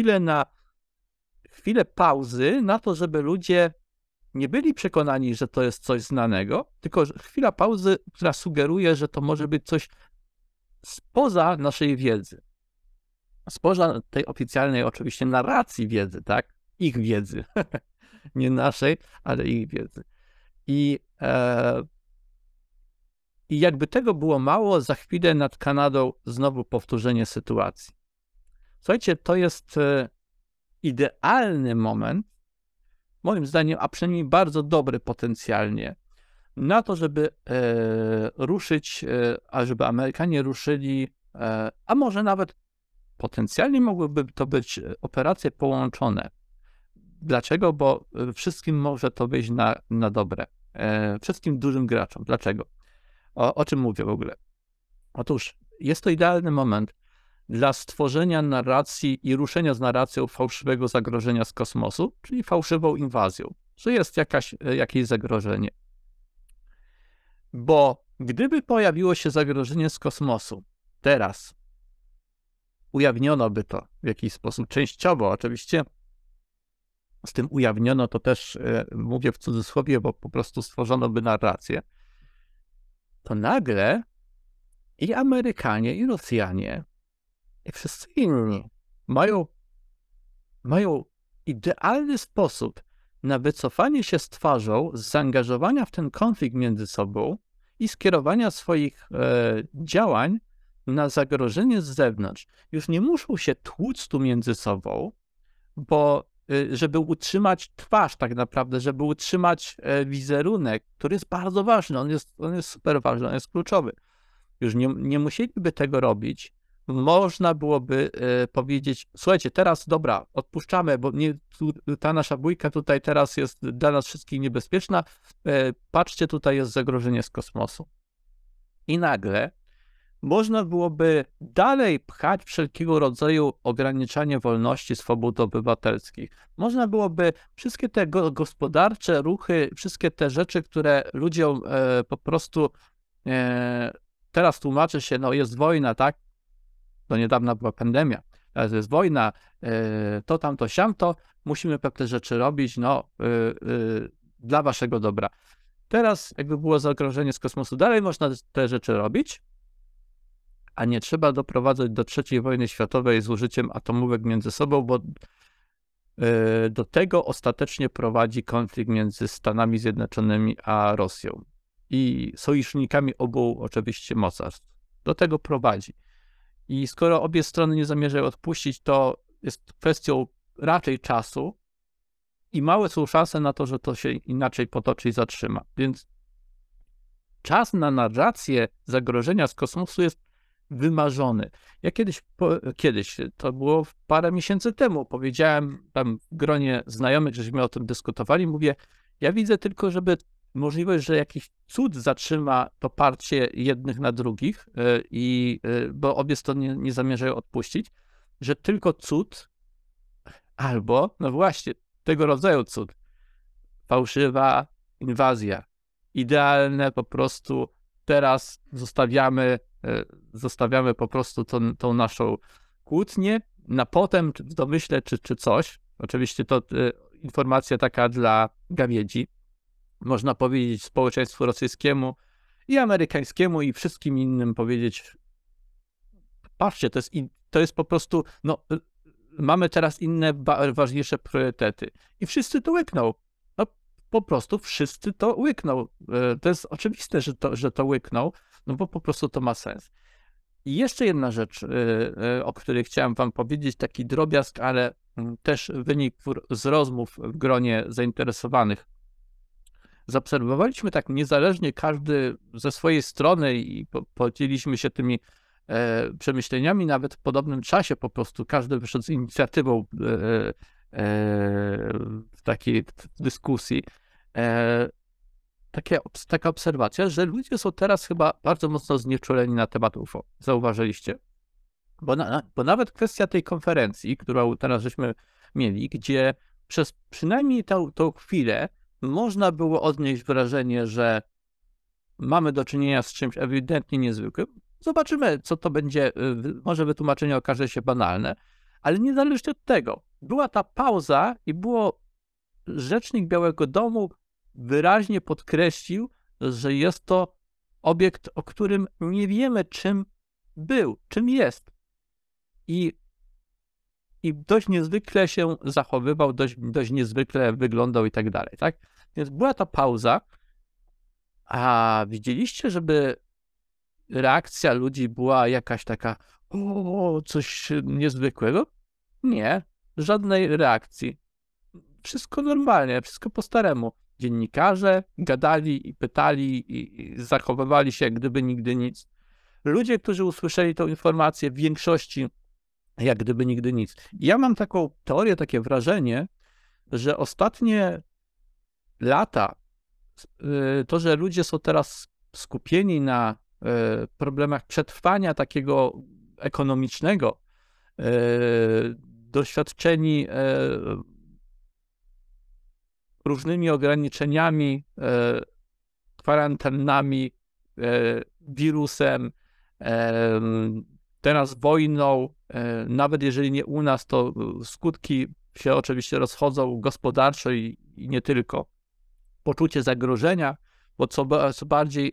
S1: chwilę pauzy na to, żeby ludzie nie byli przekonani, że to jest coś znanego, tylko chwila pauzy, która sugeruje, że to może być coś spoza naszej wiedzy. Spoza tej oficjalnej oczywiście narracji wiedzy, tak? Ich wiedzy. Nie naszej, ale ich wiedzy. I jakby tego było mało, za chwilę nad Kanadą znowu powtórzenie sytuacji. Słuchajcie, to jest idealny moment, moim zdaniem, a przynajmniej bardzo dobry potencjalnie, na to, żeby ruszyć, a żeby Amerykanie ruszyli, a może nawet potencjalnie mogłyby to być operacje połączone. Dlaczego? Bo wszystkim może to wyjść na dobre. Wszystkim dużym graczom. Dlaczego? O czym mówię w ogóle? Otóż jest to idealny moment dla stworzenia narracji i ruszenia z narracją fałszywego zagrożenia z kosmosu, czyli fałszywą inwazją, że jest jakieś zagrożenie. Bo gdyby pojawiło się zagrożenie z kosmosu teraz, ujawniono by to w jakiś sposób, częściowo oczywiście, z tym ujawniono to też, mówię w cudzysłowie, bo po prostu stworzono by narrację, to nagle i Amerykanie, i Rosjanie, i wszyscy inni mają idealny sposób na wycofanie się z twarzą, z zaangażowania w ten konflikt między sobą i skierowania swoich działań na zagrożenie z zewnątrz. Już nie muszą się tłuc tu między sobą, bo żeby utrzymać twarz tak naprawdę, żeby utrzymać wizerunek, który jest bardzo ważny, on jest super ważny, on jest kluczowy. Już nie musieliby tego robić. Można byłoby powiedzieć, słuchajcie, teraz dobra, odpuszczamy, bo ta nasza bójka tutaj teraz jest dla nas wszystkich niebezpieczna. Patrzcie, tutaj jest zagrożenie z kosmosu. I nagle można byłoby dalej pchać wszelkiego rodzaju ograniczanie wolności, swobód obywatelskich. Można byłoby wszystkie te gospodarcze ruchy, wszystkie te rzeczy, które ludziom po prostu teraz tłumaczy się, no jest wojna, tak? Do niedawna była pandemia, teraz jest wojna, to tamto, siamto, musimy pewne rzeczy robić, dla waszego dobra. Teraz jakby było zagrożenie z kosmosu, dalej można te rzeczy robić, a nie trzeba doprowadzać do III wojny światowej z użyciem atomówek między sobą, bo do tego ostatecznie prowadzi konflikt między Stanami Zjednoczonymi a Rosją i sojusznikami obu oczywiście mocarstw. Do tego prowadzi. I skoro obie strony nie zamierzają odpuścić, to jest kwestią raczej czasu i małe są szanse na to, że to się inaczej potoczy i zatrzyma. Więc czas na narrację zagrożenia z kosmosu jest wymarzony. Ja kiedyś, to było parę miesięcy temu, powiedziałem tam w gronie znajomych, żeśmy o tym dyskutowali, mówię, ja widzę tylko, żeby możliwość, że jakiś cud zatrzyma to parcie jednych na drugich, bo obie strony nie zamierzają odpuścić, że tylko cud albo, no właśnie, tego rodzaju cud, fałszywa inwazja. Idealne po prostu. Teraz zostawiamy po prostu tą naszą kłótnię na potem, w domyśle czy coś. Oczywiście to informacja taka dla gawiedzi. Można powiedzieć społeczeństwu rosyjskiemu i amerykańskiemu i wszystkim innym powiedzieć: patrzcie, to jest po prostu, mamy teraz inne, ważniejsze priorytety. I wszyscy to łykną. No po prostu wszyscy to łykną. To jest oczywiste, że to łykną, no bo po prostu to ma sens. I jeszcze jedna rzecz, o której chciałem wam powiedzieć, taki drobiazg, ale też wynik z rozmów w gronie zainteresowanych. Zaobserwowaliśmy tak niezależnie każdy ze swojej strony i podzieliliśmy się tymi przemyśleniami nawet w podobnym czasie, po prostu każdy wyszedł z inicjatywą w takiej dyskusji. Taka obserwacja, że ludzie są teraz chyba bardzo mocno znieczuleni na temat UFO. Zauważyliście? Bo nawet kwestia tej konferencji, którą teraz żeśmy mieli, gdzie przez przynajmniej tą chwilę można było odnieść wrażenie, że mamy do czynienia z czymś ewidentnie niezwykłym. Zobaczymy, co to będzie. Może wytłumaczenie okaże się banalne, ale niezależnie od tego, była ta pauza i rzecznik Białego Domu wyraźnie podkreślił, że jest to obiekt, o którym nie wiemy, czym był, czym jest. I dość niezwykle się zachowywał, dość niezwykle wyglądał i tak dalej, tak? Więc była ta pauza, a widzieliście, żeby reakcja ludzi była jakaś taka, coś niezwykłego? Nie, żadnej reakcji. Wszystko normalnie, wszystko po staremu. Dziennikarze gadali i pytali i zachowywali się, jak gdyby nigdy nic. Ludzie, którzy usłyszeli tę informację, w większości jak gdyby nigdy nic. Ja mam taką teorię, takie wrażenie, że ostatnie lata, to, że ludzie są teraz skupieni na problemach przetrwania takiego ekonomicznego, doświadczeni różnymi ograniczeniami, kwarantannami, wirusem, teraz wojną, nawet jeżeli nie u nas, to skutki się oczywiście rozchodzą gospodarczo i nie tylko. Poczucie zagrożenia, bo co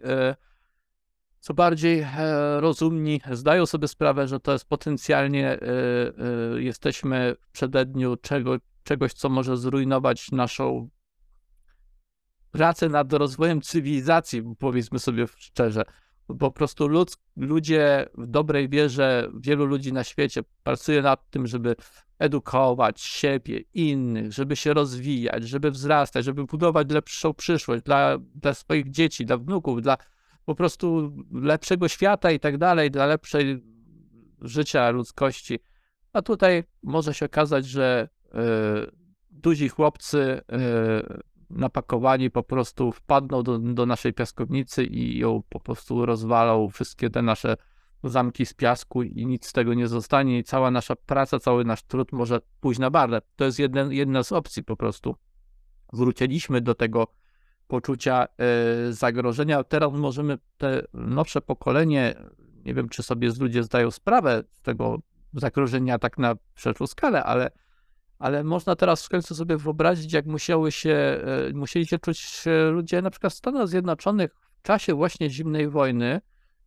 S1: bardziej rozumni zdają sobie sprawę, że to jest potencjalnie, jesteśmy w przededniu czegoś, co może zrujnować naszą pracę nad rozwojem cywilizacji, powiedzmy sobie szczerze. Po prostu ludzie w dobrej wierze, wielu ludzi na świecie pracuje nad tym, żeby edukować siebie, innych, żeby się rozwijać, żeby wzrastać, żeby budować lepszą przyszłość dla swoich dzieci, dla wnuków, dla po prostu lepszego świata i tak dalej, dla lepszej życia ludzkości. A tutaj może się okazać, że duzi chłopcy napakowani po prostu wpadną do naszej piaskownicy i ją po prostu rozwalą, wszystkie te nasze zamki z piasku i nic z tego nie zostanie i cała nasza praca, cały nasz trud może pójść na marne. To jest jedna z opcji po prostu. Wróciliśmy do tego poczucia zagrożenia. Teraz możemy te nowsze pokolenie, nie wiem, czy sobie ludzie zdają sprawę z tego zagrożenia tak na szerszą skalę, ale można teraz w końcu sobie wyobrazić, jak musieli się czuć ludzie na przykład w Stanach Zjednoczonych w czasie właśnie zimnej wojny,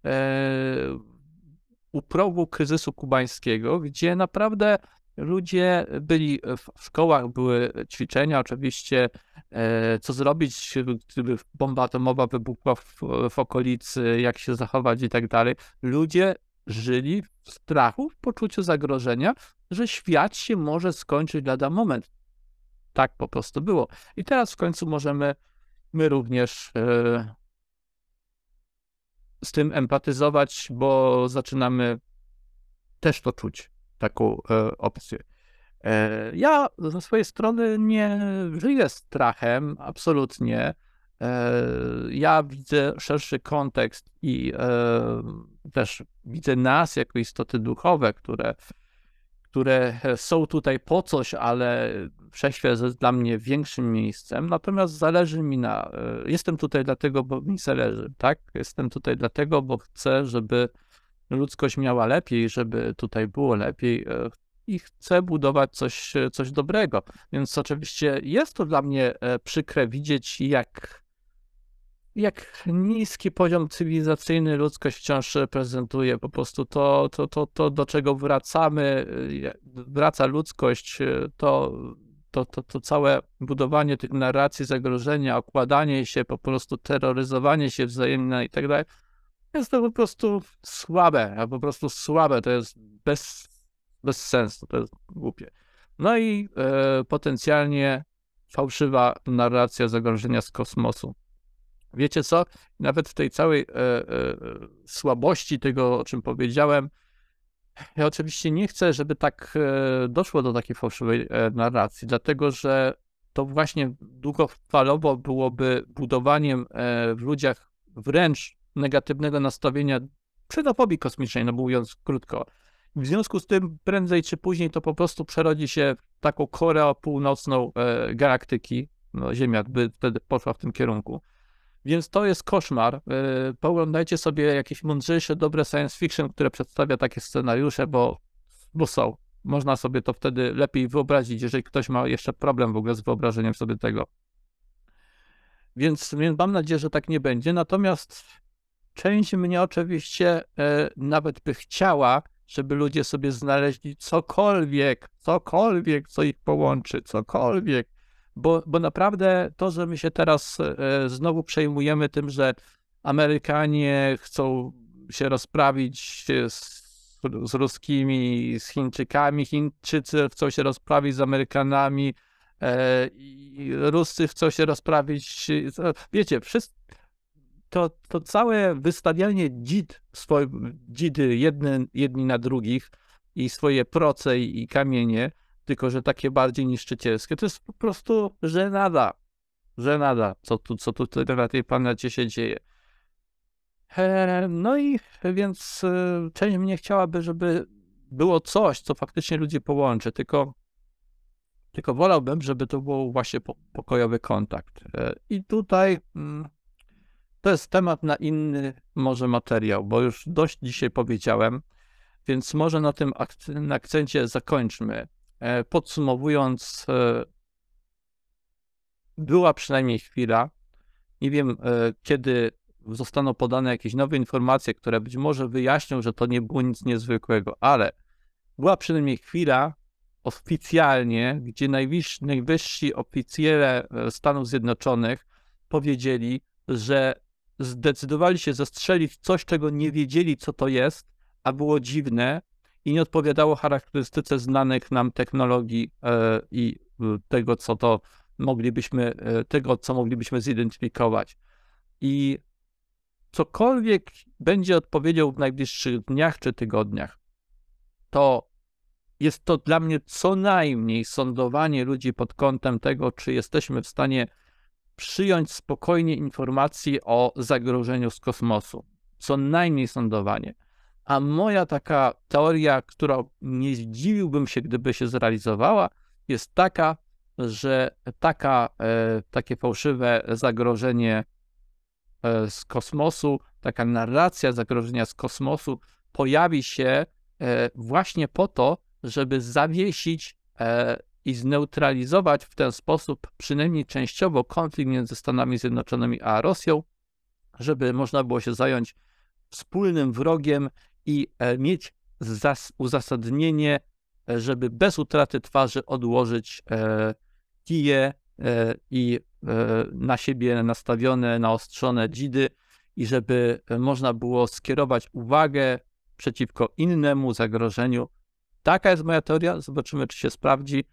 S1: u progu kryzysu kubańskiego, gdzie naprawdę ludzie byli w szkołach, były ćwiczenia oczywiście, co zrobić, gdyby bomba atomowa wybuchła w okolicy, jak się zachować i tak dalej. Ludzie żyli w strachu, w poczuciu zagrożenia, że świat się może skończyć lada moment. Tak po prostu było. I teraz w końcu możemy my również z tym empatyzować, bo zaczynamy też to czuć, taką opcję. Ja ze swojej strony nie żyję strachem, absolutnie. Ja widzę szerszy kontekst i też widzę nas jako istoty duchowe, które są tutaj po coś, ale wszechświat jest dla mnie większym miejscem, natomiast zależy mi jestem tutaj dlatego, bo mi zależy, tak? Jestem tutaj dlatego, bo chcę, żeby ludzkość miała lepiej, żeby tutaj było lepiej i chcę budować coś dobrego. Więc oczywiście jest to dla mnie przykre widzieć, jak niski poziom cywilizacyjny ludzkość wciąż prezentuje. Po prostu to do czego wraca ludzkość, to całe budowanie tych narracji zagrożenia, okładanie się, po prostu terroryzowanie się wzajemne i tak dalej, jest to po prostu słabe, to jest bez sensu, to jest głupie. No i potencjalnie fałszywa narracja zagrożenia z kosmosu. Wiecie co? Nawet w tej całej słabości tego, o czym powiedziałem, ja oczywiście nie chcę, żeby tak doszło do takiej fałszywej narracji, dlatego że to właśnie długofalowo byłoby budowaniem w ludziach wręcz negatywnego nastawienia ksenofobii kosmicznej, no mówiąc krótko. W związku z tym prędzej czy później to po prostu przerodzi się w taką Koreę Północną galaktyki. No, Ziemia by wtedy poszła w tym kierunku. Więc to jest koszmar. Pooglądajcie sobie jakieś mądrzejsze, dobre science fiction, które przedstawia takie scenariusze, bo są. Można sobie to wtedy lepiej wyobrazić, jeżeli ktoś ma jeszcze problem w ogóle z wyobrażeniem sobie tego. Więc mam nadzieję, że tak nie będzie. Natomiast część mnie oczywiście nawet by chciała, żeby ludzie sobie znaleźli cokolwiek, co ich połączy, cokolwiek. Bo naprawdę to, że my się teraz znowu przejmujemy tym, że Amerykanie chcą się rozprawić z Ruskimi, z Chińczykami, Chińczycy chcą się rozprawić z Amerykanami, i Ruscy chcą się rozprawić, wiecie, to całe wystawianie dzidy jedni na drugich i swoje proce i kamienie, tylko że takie bardziej niszczycielskie, to jest po prostu żenada, co tu na tej planecie się dzieje. No i więc część mnie chciałaby, żeby było coś, co faktycznie ludzi połączy, tylko wolałbym, żeby to był właśnie pokojowy kontakt. I tutaj to jest temat na inny może materiał, bo już dość dzisiaj powiedziałem, więc może na tym akcencie zakończmy. Podsumowując, była przynajmniej chwila, nie wiem kiedy zostaną podane jakieś nowe informacje, które być może wyjaśnią, że to nie było nic niezwykłego, ale była przynajmniej chwila oficjalnie, gdzie najwyżsi oficjele Stanów Zjednoczonych powiedzieli, że zdecydowali się zestrzelić coś, czego nie wiedzieli, co to jest, a było dziwne i nie odpowiadało charakterystyce znanych nam technologii i tego, co moglibyśmy zidentyfikować. I cokolwiek będzie odpowiedzią w najbliższych dniach czy tygodniach, to jest to dla mnie co najmniej sądowanie ludzi pod kątem tego, czy jesteśmy w stanie przyjąć spokojnie informacje o zagrożeniu z kosmosu. Co najmniej sądowanie. A moja taka teoria, którą nie zdziwiłbym się, gdyby się zrealizowała, jest taka, że takie fałszywe zagrożenie z kosmosu, taka narracja zagrożenia z kosmosu pojawi się właśnie po to, żeby zawiesić i zneutralizować w ten sposób przynajmniej częściowo konflikt między Stanami Zjednoczonymi a Rosją, żeby można było się zająć wspólnym wrogiem i mieć uzasadnienie, żeby bez utraty twarzy odłożyć kije i na siebie nastawione, naostrzone dzidy i żeby można było skierować uwagę przeciwko innemu zagrożeniu. Taka jest moja teoria, zobaczymy, czy się sprawdzi.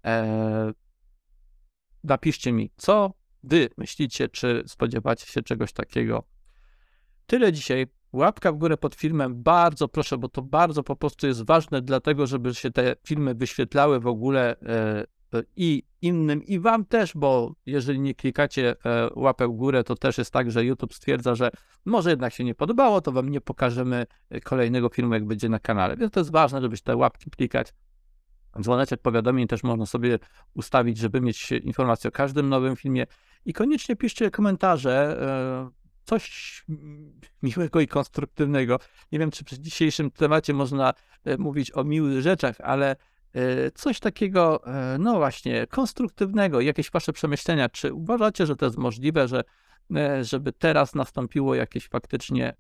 S1: Napiszcie mi, co wy myślicie, czy spodziewacie się czegoś takiego. Tyle dzisiaj. Łapka w górę pod filmem, bardzo proszę, bo to bardzo po prostu jest ważne, dlatego żeby się te filmy wyświetlały w ogóle i innym, i wam też, bo jeżeli nie klikacie łapę w górę, to też jest tak, że YouTube stwierdza, że może jednak się nie podobało, to wam nie pokażemy kolejnego filmu, jak będzie na kanale. Więc to jest ważne, żebyś te łapki klikać. Dzwoneczek powiadomień też można sobie ustawić, żeby mieć informacje o każdym nowym filmie. I koniecznie piszcie komentarze, coś miłego i konstruktywnego. Nie wiem, czy przy dzisiejszym temacie można mówić o miłych rzeczach, ale coś takiego, no właśnie, konstruktywnego, jakieś wasze przemyślenia. Czy uważacie, że to jest możliwe, żeby teraz nastąpiło jakieś faktycznie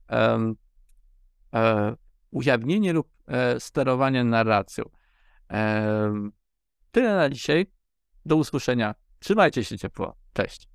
S1: ujawnienie lub sterowanie narracją? Tyle na dzisiaj. Do usłyszenia. Trzymajcie się ciepło. Cześć.